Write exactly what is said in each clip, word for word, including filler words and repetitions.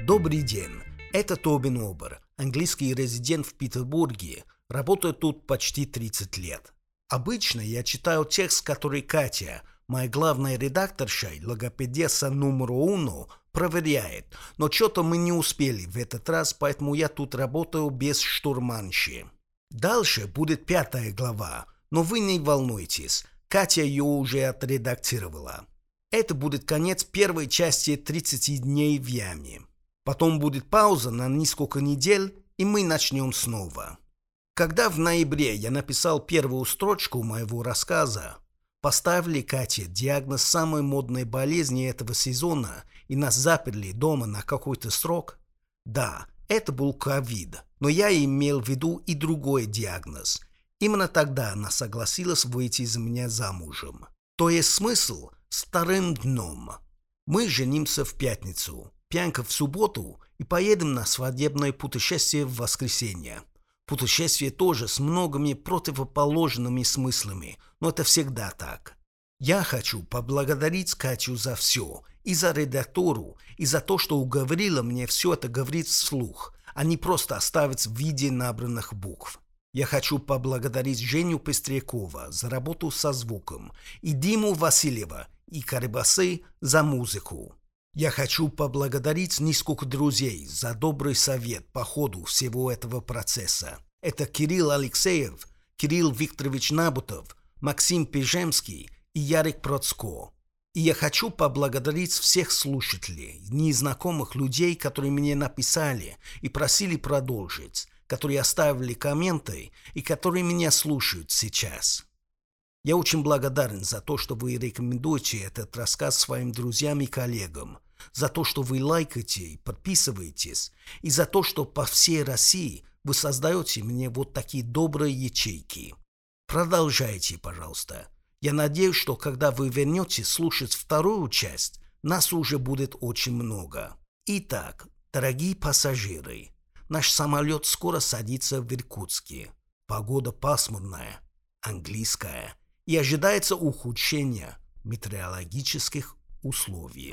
Добрый день, это Тобин Обер, английский резидент в Петербурге, работаю тут почти тридцать лет. Обычно я читаю текст, который Катя, моя главная редакторша и логопедесса номер уно, проверяет, но что-то мы не успели в этот раз, поэтому я тут работаю без штурманши. Дальше будет пятая глава, но вы не волнуйтесь, Катя ее уже отредактировала. Это будет конец первой части тридцати дней в яме. Потом будет пауза на несколько недель, и мы начнем снова. Когда в ноябре я написал первую строчку моего рассказа, поставили Кате диагноз самой модной болезни этого сезона и нас заперли дома на какой-то срок, да, это был ковид, но я имел в виду и другой диагноз. Именно тогда она согласилась выйти за меня замужем. То есть смысл старым дном. Мы женимся в пятницу, пьянка в субботу и поедем на свадебное путешествие в воскресенье. Путешествие тоже с многими противоположными смыслами, но это всегда так. Я хочу поблагодарить Катю за все, и за редактору, и за то, что уговорила мне все это говорить вслух, а не просто оставить в виде набранных букв. Я хочу поблагодарить Женю Пестрякова за работу со звуком, и Диму Васильева, и Карибасы за музыку. Я хочу поблагодарить несколько друзей за добрый совет по ходу всего этого процесса. Это Кирилл Алексеев, Кирилл Викторович Набутов, Максим Пежемский и Ярик Процко. И я хочу поблагодарить всех слушателей, незнакомых людей, которые мне написали и просили продолжить, которые оставили комменты и которые меня слушают сейчас. Я очень благодарен за то, что вы рекомендуете этот рассказ своим друзьям и коллегам, за то, что вы лайкаете и подписываетесь, и за то, что по всей России вы создаете мне вот такие добрые ячейки. Продолжайте, пожалуйста. Я надеюсь, что когда вы вернетесь слушать вторую часть, нас уже будет очень много. Итак, дорогие пассажиры, наш самолет скоро садится в Иркутске. Погода пасмурная, английская, и ожидается ухудшение метеорологических условий.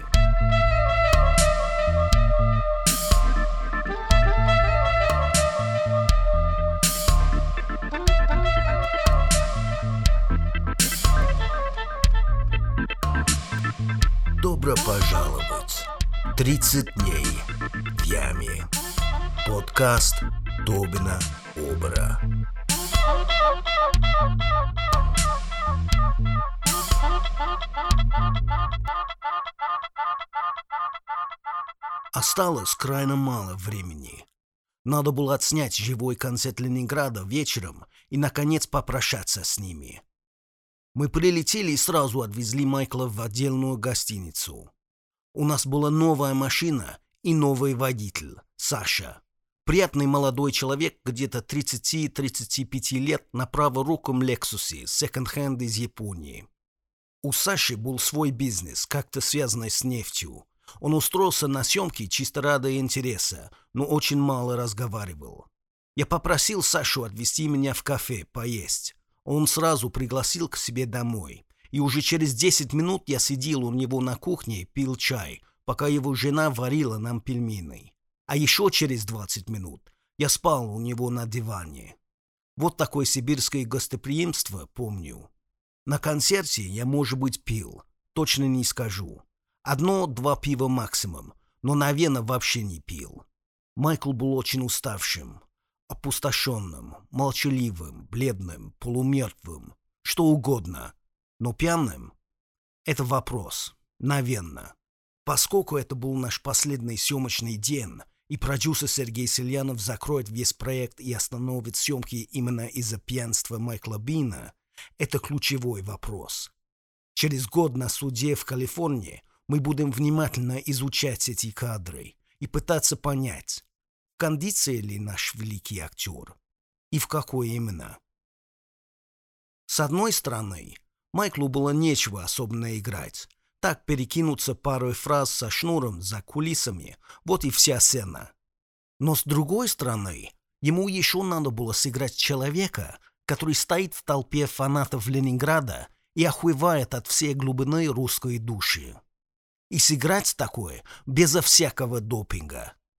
Добро пожаловать! тридцать дней в яме. Подкаст Тобина Обера. Осталось крайне мало времени. Надо было отснять живой концерт Ленинграда вечером и, наконец, попрощаться с ними. Мы прилетели и сразу отвезли Майкла в отдельную гостиницу. У нас была новая машина и новый водитель, Саша. Приятный молодой человек, где-то тридцати-тридцати пяти лет, на праворуком Лексусе, секонд-хенд из Японии. У Саши был свой бизнес, как-то связанный с нефтью. Он устроился на съемки чисто ради интереса, но очень мало разговаривал. Я попросил Сашу отвезти меня в кафе поесть. Он сразу пригласил к себе домой. И уже через десять минут я сидел у него на кухне и пил чай, пока его жена варила нам пельмени. А еще через двадцать минут я спал у него на диване. Вот такое сибирское гостеприимство помню. На концерте я, может быть, пил, точно не скажу. Одно-два пива максимум, но, наверное, вообще не пил. Майкл был очень уставшим, опустошенным, молчаливым, бледным, полумертвым, что угодно. Но пьяным – это вопрос, наверное. Поскольку это был наш последний съемочный день, и продюсер Сергей Сельянов закроет весь проект и остановит съемки именно из-за пьянства Майкла Бина, это ключевой вопрос. Через год на суде в Калифорнии мы будем внимательно изучать эти кадры и пытаться понять, в кондиции ли наш великий актер и в какой именно. С одной стороны, Майклу было нечего особенно играть. Так перекинуться парой фраз со Шнуром за кулисами, вот и вся сцена. Но с другой стороны, ему еще надо было сыграть человека, который стоит в толпе фанатов Ленинграда и охуевает от всей глубины русской души. И сыграть такое безо всякого допинга.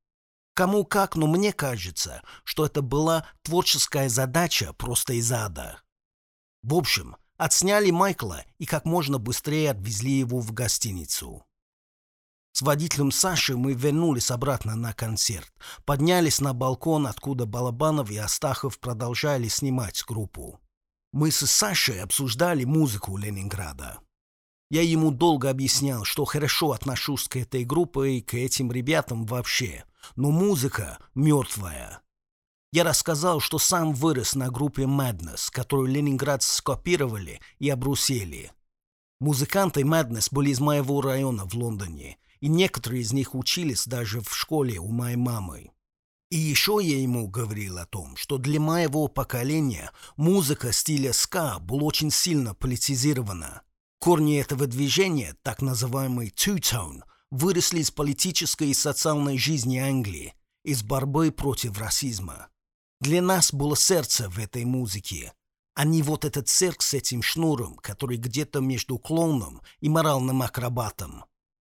Кому как, но мне кажется, что это была творческая задача просто из ада. В общем, отсняли Майкла и как можно быстрее отвезли его в гостиницу. С водителем Сашей мы вернулись обратно на концерт, поднялись на балкон, откуда Балабанов и Астахов продолжали снимать группу. Мы с Сашей обсуждали музыку Ленинграда. Я ему долго объяснял, что хорошо отношусь к этой группе и к этим ребятам вообще, но музыка мертвая. Я рассказал, что сам вырос на группе Madness, которую ленинградцы скопировали и обрусели. Музыканты Madness были из моего района в Лондоне, и некоторые из них учились даже в школе у моей мамы. И еще я ему говорил о том, что для моего поколения музыка стиля ска была очень сильно политизирована. Корни этого движения, так называемый two-tone, выросли из политической и социальной жизни Англии, из борьбы против расизма. Для нас было сердце в этой музыке, а не вот этот цирк с этим шнуром, который где-то между клоуном и моральным акробатом.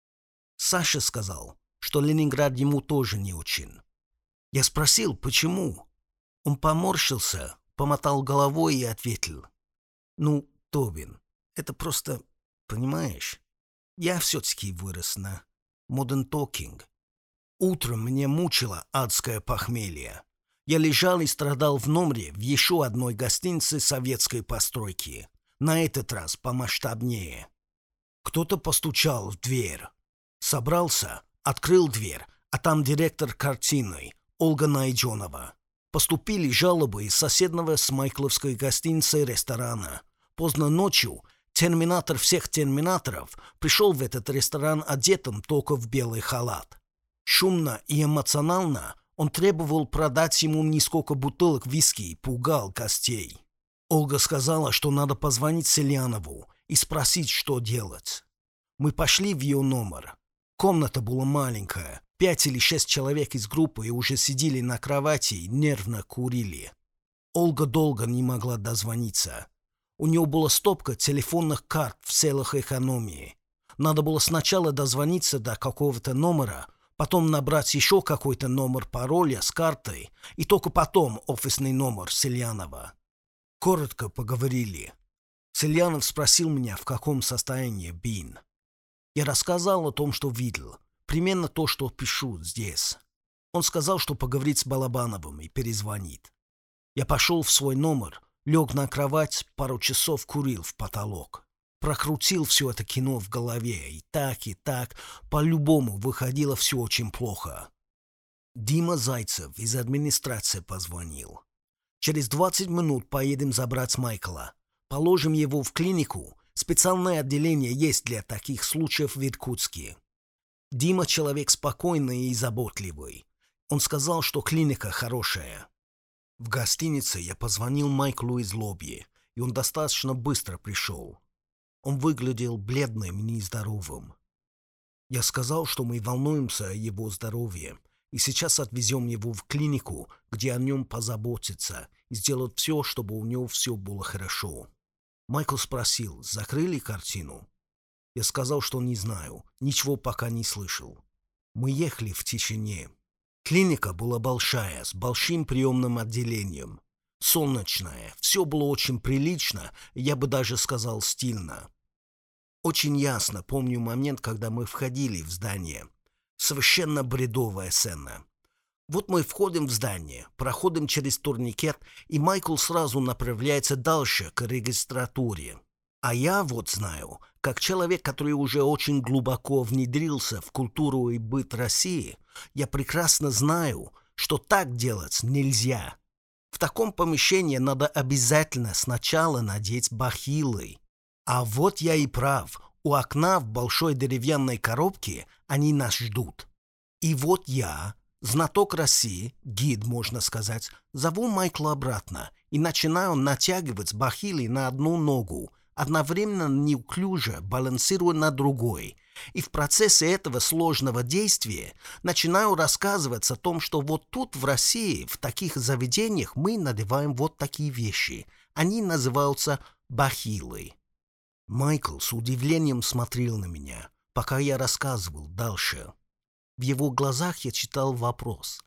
Саша сказал, что Ленинград ему тоже не очень. Я спросил, почему. Он поморщился, помотал головой и ответил: «Ну, Тобин, это просто, понимаешь, я все-таки вырос на Modern Talking. Утром меня мучило адское похмелье. Я лежал и страдал в номере в еще одной гостинице советской постройки, на этот раз помасштабнее. Кто-то постучал в дверь. Собрался, открыл дверь, а там директор картины Ольга Найденова. Поступили жалобы из соседнего с Майкловской гостиницы ресторана. Поздно ночью терминатор всех терминаторов пришел в этот ресторан одетым только в белый халат. Шумно и эмоционально он требовал продать ему несколько бутылок виски и пугал гостей. Ольга сказала, что надо позвонить Селянову и спросить, что делать. Мы пошли в ее номер. Комната была маленькая. Пять или шесть человек из группы уже сидели на кровати и нервно курили. Ольга долго не могла дозвониться. У нее была стопка телефонных карт в целях экономии. Надо было сначала дозвониться до какого-то номера, потом набрать еще какой-то номер пароля с картой и только потом офисный номер Селянова. Коротко поговорили. Селянов спросил меня, в каком состоянии Бин. Я рассказал о том, что видел. Примерно то, что пишу здесь. Он сказал, что поговорит с Балабановым и перезвонит. Я пошел в свой номер, лег на кровать, пару часов курил в потолок. Прокрутил все это кино в голове, и так, и так, по-любому выходило все очень плохо. Дима Зайцев из администрации позвонил. Через двадцать минут поедем забрать Майкла. Положим его в клинику. Специальное отделение есть для таких случаев в Иркутске. Дима человек спокойный и заботливый. Он сказал, что клиника хорошая. В гостинице я позвонил Майклу из лобби, и он достаточно быстро пришел. Он выглядел бледным и нездоровым. Я сказал, что мы волнуемся о его здоровье, и сейчас отвезем его в клинику, где о нем позаботятся, и сделают все, чтобы у него все было хорошо. Майкл спросил, закрыли картину? Я сказал, что не знаю, ничего пока не слышал. Мы ехали в тишине. Клиника была большая, с большим приемным отделением. Солнечная, все было очень прилично, я бы даже сказал стильно. Очень ясно помню момент, когда мы входили в здание. Совершенно бредовая сцена. Вот мы входим в здание, проходим через турникет, и Майкл сразу направляется дальше, к регистратуре. А я вот знаю, как человек, который уже очень глубоко внедрился в культуру и быт России, я прекрасно знаю, что так делать нельзя. В таком помещении надо обязательно сначала надеть бахилы. А вот я и прав, у окна в большой деревянной коробке они нас ждут. И вот я, знаток России, гид, можно сказать, зову Майкла обратно и начинаю натягивать бахилы на одну ногу, одновременно неуклюже балансируя на другой. И в процессе этого сложного действия начинаю рассказывать о том, что вот тут в России, в таких заведениях мы надеваем вот такие вещи. Они называются бахилы. Майкл с удивлением смотрел на меня, пока я рассказывал дальше. В его глазах я читал вопрос.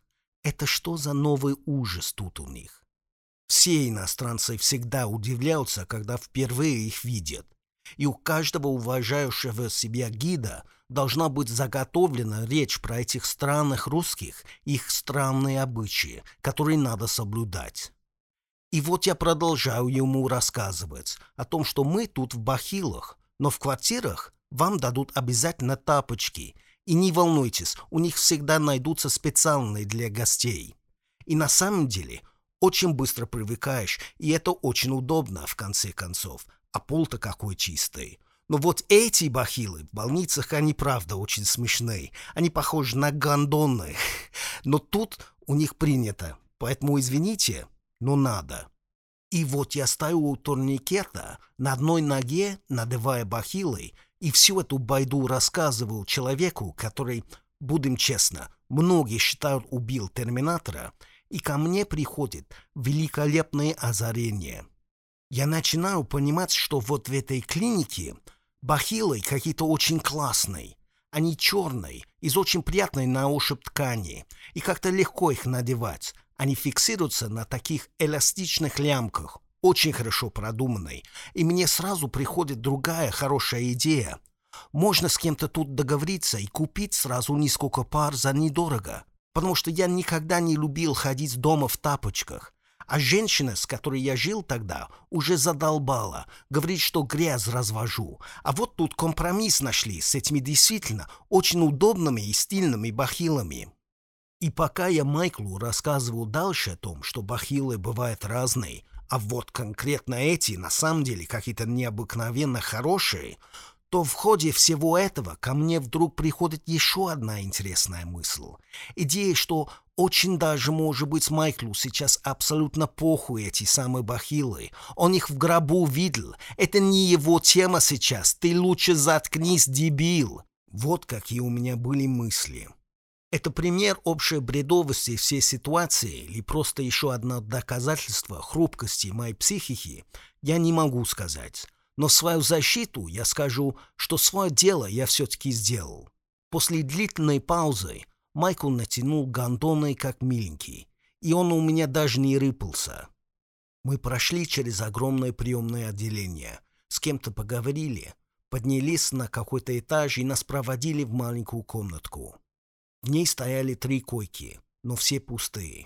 Это что за новый ужас тут у них? Все иностранцы всегда удивляются, когда впервые их видят. И у каждого уважающего себя гида должна быть заготовлена речь про этих странных русских и их странные обычаи, которые надо соблюдать. И вот я продолжаю ему рассказывать о том, что мы тут в бахилах, но в квартирах вам дадут обязательно тапочки. И не волнуйтесь, у них всегда найдутся специальные для гостей. И на самом деле очень быстро привыкаешь, и это очень удобно в конце концов. А пол-то какой чистый. Но вот эти бахилы в больницах, они правда очень смешные. Они похожи на гондоны. Но тут у них принято. Поэтому извините, но надо. И вот я стою у турникета на одной ноге, надевая бахилы, и всю эту байду рассказываю человеку, который, будем честны, многие считают убил Терминатора, и ко мне приходит великолепное озарение. Я начинаю понимать, что вот в этой клинике бахилы какие-то очень классные. Они черные, из очень приятной на ощупь ткани, и как-то легко их надевать. Они фиксируются на таких эластичных лямках, очень хорошо продуманные, и мне сразу приходит другая хорошая идея. Можно с кем-то тут договориться и купить сразу несколько пар за недорого, потому что я никогда не любил ходить дома в тапочках. А женщина, с которой я жил тогда, уже задолбала, говорит, что грязь развожу. А вот тут компромисс нашли с этими действительно очень удобными и стильными бахилами. И пока я Майклу рассказывал дальше о том, что бахилы бывают разные, а вот конкретно эти на самом деле какие-то необыкновенно хорошие, то в ходе всего этого ко мне вдруг приходит еще одна интересная мысль. Идея, что очень даже, может быть, Майклу сейчас абсолютно похуй эти самые бахилы. Он их в гробу видел. Это не его тема сейчас. Ты лучше заткнись, дебил. Вот какие у меня были мысли. Это пример общей бредовости всей ситуации или просто еще одно доказательство хрупкости моей психики, я не могу сказать. Но в свою защиту я скажу, что свое дело я все-таки сделал. После длительной паузы Майкл натянул гондоны как миленький, и он у меня даже не рыпался. Мы прошли через огромное приемное отделение, с кем-то поговорили, поднялись на какой-то этаж и нас проводили в маленькую комнатку. В ней стояли три койки, но все пустые.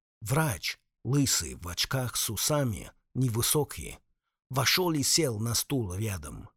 Врач, лысый, в очках с усами, невысокий, вошел и сел на стул рядом.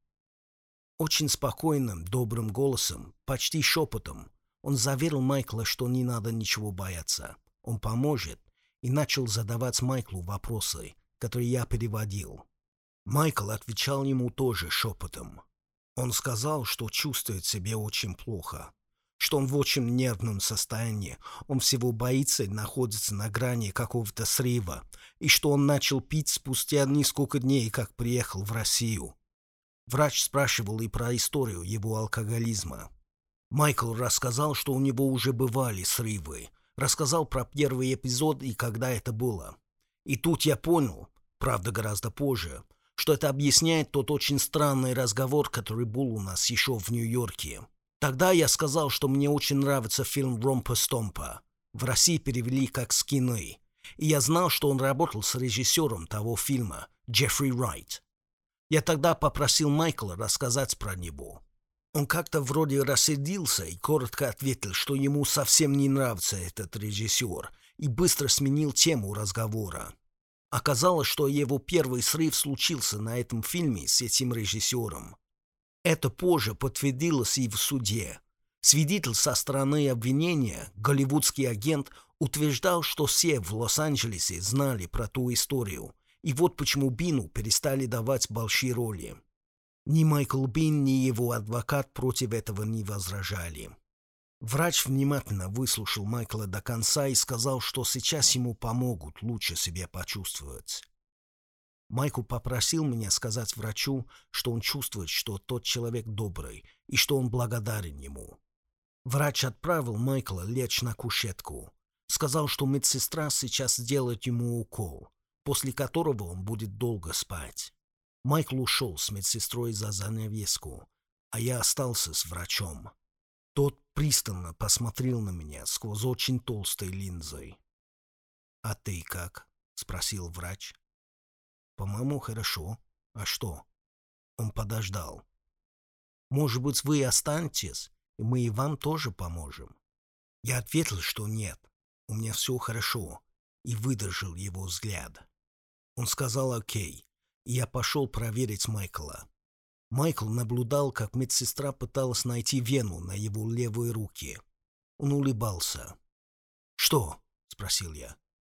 Очень спокойным, добрым голосом, почти шепотом, он заверил Майкла, что не надо ничего бояться. Он поможет, и начал задавать Майклу вопросы, которые я переводил. Майкл отвечал ему тоже шепотом. Он сказал, что чувствует себя очень плохо, что он в очень нервном состоянии, он всего боится и находится на грани какого-то срыва, и что он начал пить спустя несколько дней, как приехал в Россию. Врач спрашивал и про историю его алкоголизма. Майкл рассказал, что у него уже бывали срывы, рассказал про первый эпизод и когда это было. И тут я понял, правда гораздо позже, что это объясняет тот очень странный разговор, который был у нас еще в Нью-Йорке. Тогда я сказал, что мне очень нравится фильм «Ромпа Стомпа». В России перевели как «Скины». И я знал, что он работал с режиссером того фильма, Джеффри Райт. Я тогда попросил Майкла рассказать про него. Он как-то вроде рассердился и коротко ответил, что ему совсем не нравится этот режиссер, и быстро сменил тему разговора. Оказалось, что его первый срыв случился на этом фильме с этим режиссером. Это позже подтвердилось и в суде. Свидетель со стороны обвинения, голливудский агент, утверждал, что все в Лос-Анджелесе знали про ту историю, и вот почему Бину перестали давать большие роли. Ни Майкл Бин, ни его адвокат против этого не возражали. Врач внимательно выслушал Майкла до конца и сказал, что сейчас ему помогут лучше себя почувствовать. Майкл попросил меня сказать врачу, что он чувствует, что тот человек добрый и что он благодарен ему. Врач отправил Майкла лечь на кушетку. Сказал, что медсестра сейчас сделает ему укол, после которого он будет долго спать. Майкл ушел с медсестрой за занавеску, а я остался с врачом. Тот пристально посмотрел на меня сквозь очень толстой линзой. «А ты как?» — спросил врач. «По-моему, хорошо. А что?» Он подождал. «Может быть, вы останетесь, и мы и вам тоже поможем?» Я ответил, что нет, у меня все хорошо, и выдержал его взгляд. Он сказал «окей», и я пошел проверить Майкла. Майкл наблюдал, как медсестра пыталась найти вену на его левой руке. Он улыбался. «Что?» — спросил я.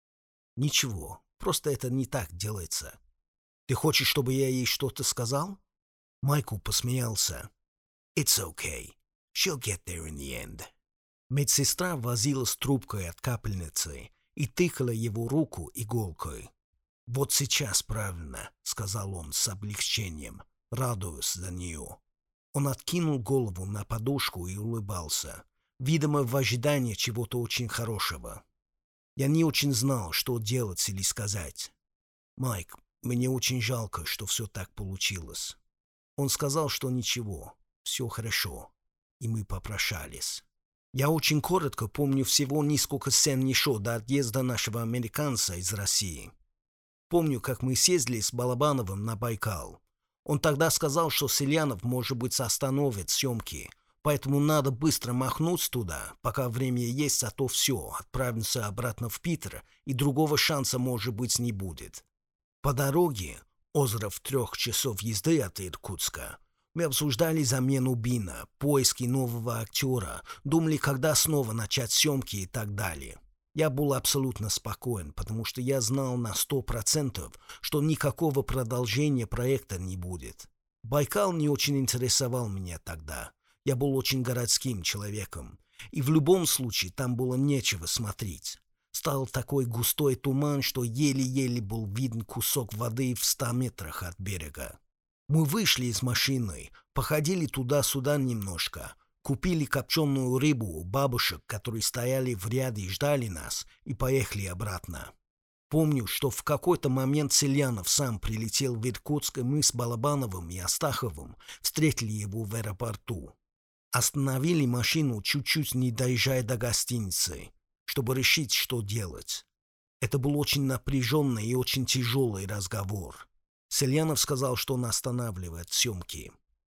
«Ничего, просто это не так делается. Ты хочешь, чтобы я ей что-то сказал?» Майкл посмеялся. «It's okay. She'll get there in the end». Медсестра возилась трубкой от капельницы и тыкала его руку иголкой. «Вот сейчас правильно», — сказал он с облегчением, радуясь за нее. Он откинул голову на подушку и улыбался, видимо, в ожидании чего-то очень хорошего. Я не очень знал, что делать или сказать. «Майк, мне очень жалко, что все так получилось». Он сказал, что ничего, все хорошо, и мы попрощались. Я очень коротко помню всего несколько сцен еще до отъезда нашего американца из России. Помню, как мы съездили с Балабановым на Байкал. Он тогда сказал, что Сельянов, может быть, остановит съемки, поэтому надо быстро махнуть туда, пока время есть, а то все, отправимся обратно в Питер, и другого шанса, может быть, не будет. По дороге, озеро в трех часов езды от Иркутска, мы обсуждали замену Бина, поиски нового актера, думали, когда снова начать съемки и так далее. Я был абсолютно спокоен, потому что я знал на сто процентов, что никакого продолжения проекта не будет. Байкал не очень интересовал меня тогда. Я был очень городским человеком, и в любом случае там было нечего смотреть. Стал такой густой туман, что еле-еле был виден кусок воды в ста метрах от берега. Мы вышли из машины, походили туда-сюда немножко, купили копченую рыбу у бабушек, которые стояли в ряде и ждали нас, и поехали обратно. Помню, что в какой-то момент Сельянов сам прилетел в Иркутск, и мы с Балабановым и Астаховым встретили его в аэропорту. Остановили машину, чуть-чуть не доезжая до гостиницы, чтобы решить, что делать. Это был очень напряженный и очень тяжелый разговор. Сельянов сказал, что он останавливает съемки.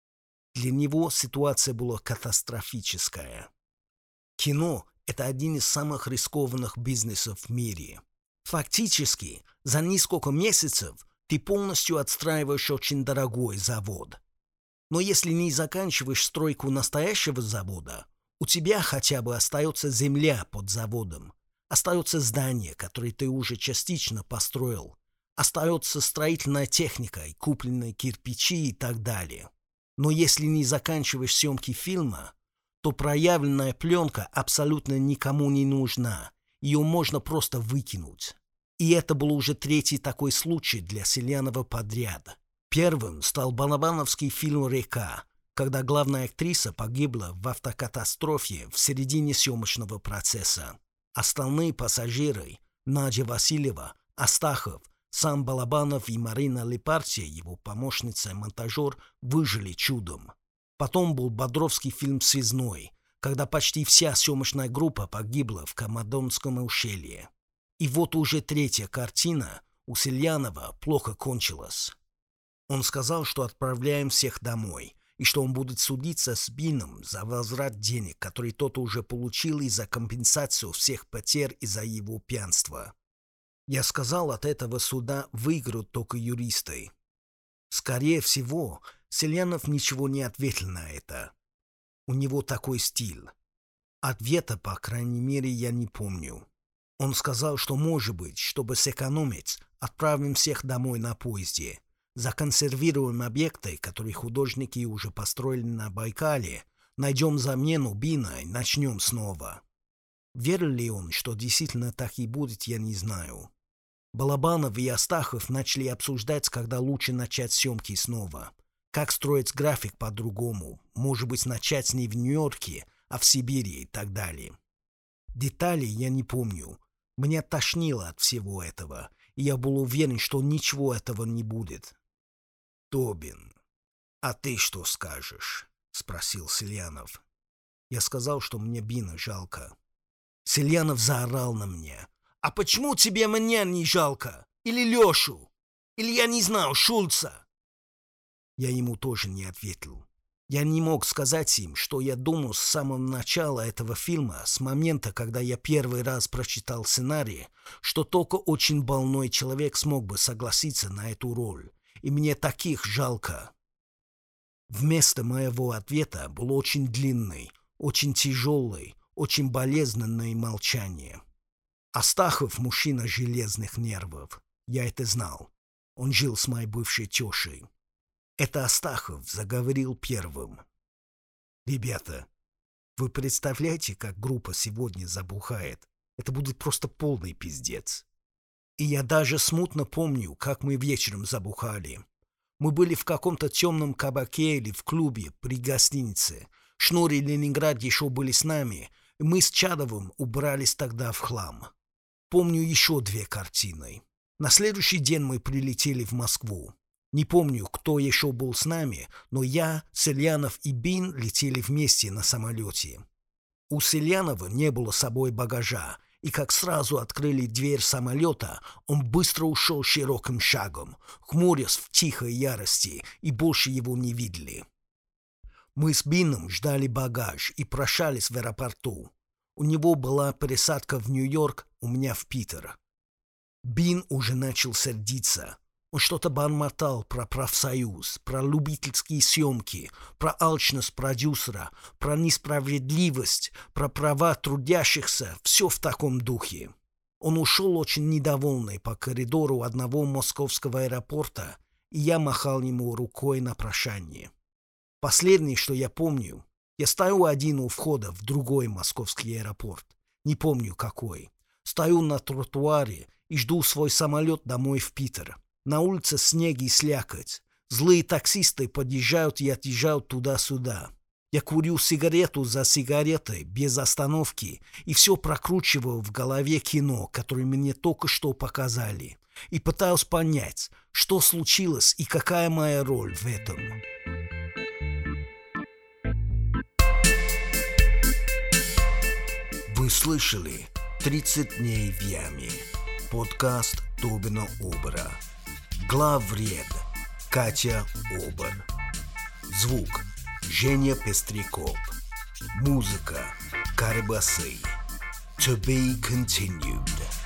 Для него ситуация была катастрофическая. Кино – это один из самых рискованных бизнесов в мире. Фактически, за несколько месяцев ты полностью отстраиваешь очень дорогой завод. Но если не заканчиваешь стройку настоящего завода, у тебя хотя бы остается земля под заводом, остается здание, которое ты уже частично построил, остается строительная техника, и купленные кирпичи и так далее. Но если не заканчиваешь съемки фильма, то проявленная пленка абсолютно никому не нужна. Ее можно просто выкинуть. И это был уже третий такой случай для Сельянова подряд. Первым стал балабановский фильм «Река», когда главная актриса погибла в автокатастрофе в середине съемочного процесса. Остальные пассажиры – Надя Васильева, Астахов, сам Балабанов и Марина Лепартия, его помощница и монтажер, выжили чудом. Потом был бодровский фильм «Связной», когда почти вся съемочная группа погибла в Камадонском ущелье. И вот уже третья картина у Сельянова плохо кончилась. Он сказал, что отправляем всех домой, и что он будет судиться с Бином за возврат денег, которые тот уже получил, и за компенсацию всех потерь из-за его пьянства. Я сказал, от этого суда выиграют только юристы. Скорее всего, Сельянов ничего не ответил на это. У него такой стиль. Ответа, по крайней мере, я не помню. Он сказал, что, может быть, чтобы сэкономить, отправим всех домой на поезде. Законсервируем объекты, которые художники уже построили на Байкале, найдем замену Бина и начнем снова. Верил ли он, что действительно так и будет, я не знаю. Балабанов и Астахов начали обсуждать, когда лучше начать съемки снова. Как строить график по-другому, может быть, начать не в Нью-Йорке, а в Сибири и так далее. Деталей я не помню. Меня тошнило от всего этого, и я был уверен, что ничего этого не будет. «Тобин, а ты что скажешь?» — спросил Сельянов. Я сказал, что мне Бина жалко. Сельянов заорал на меня. «А почему тебе меня не жалко? Или Лешу? Или, я не знаю, Шульца?» Я ему тоже не ответил. Я не мог сказать им, что я думал с самого начала этого фильма, с момента, когда я первый раз прочитал сценарий, что только очень больной человек смог бы согласиться на эту роль, и мне таких жалко. Вместо моего ответа был очень длинный, очень тяжелый, очень болезненное молчание. Астахов — мужчина железных нервов. Я это знал. Он жил с моей бывшей тещей. Это Астахов заговорил первым. «Ребята, вы представляете, как группа сегодня забухает? Это будет просто полный пиздец». И я даже смутно помню, как мы вечером забухали. Мы были в каком-то темном кабаке или в клубе при гостинице. Шнур и Ленинград еще были с нами, и мы с Чадовым убрались тогда в хлам. Помню еще две картины. На следующий день мы прилетели в Москву. Не помню, кто еще был с нами, но я, Сельянов и Бин летели вместе на самолете. У Сельянова не было с собой багажа, и как сразу открыли дверь самолета, он быстро ушел широким шагом, хмурясь в тихой ярости, и больше его не видели. Мы с Бином ждали багаж и прощались в аэропорту. У него была пересадка в Нью-Йорк, у меня в Питер. Бин уже начал сердиться. Он что-то бормотал про профсоюз, про любительские съемки, про алчность продюсера, про несправедливость, про права трудящихся, все в таком духе. Он ушел очень недовольный по коридору одного московского аэропорта, и я махал ему рукой на прощание. Последнее, что я помню, я стою один у входа в другой московский аэропорт, не помню какой. Стою на тротуаре и жду свой самолет домой в Питер. На улице снег и слякоть. Злые таксисты подъезжают и отъезжают туда-сюда. Я курю сигарету за сигаретой, без остановки, и все прокручиваю в голове кино, которое мне только что показали, и пытаюсь понять, что случилось и какая моя роль в этом. Вы слышали «тридцать дней в яме», подкаст Тобина Обера. Главред Катя Обер. Звук Женя Пестряков. Музыка Карбасы. To be continued.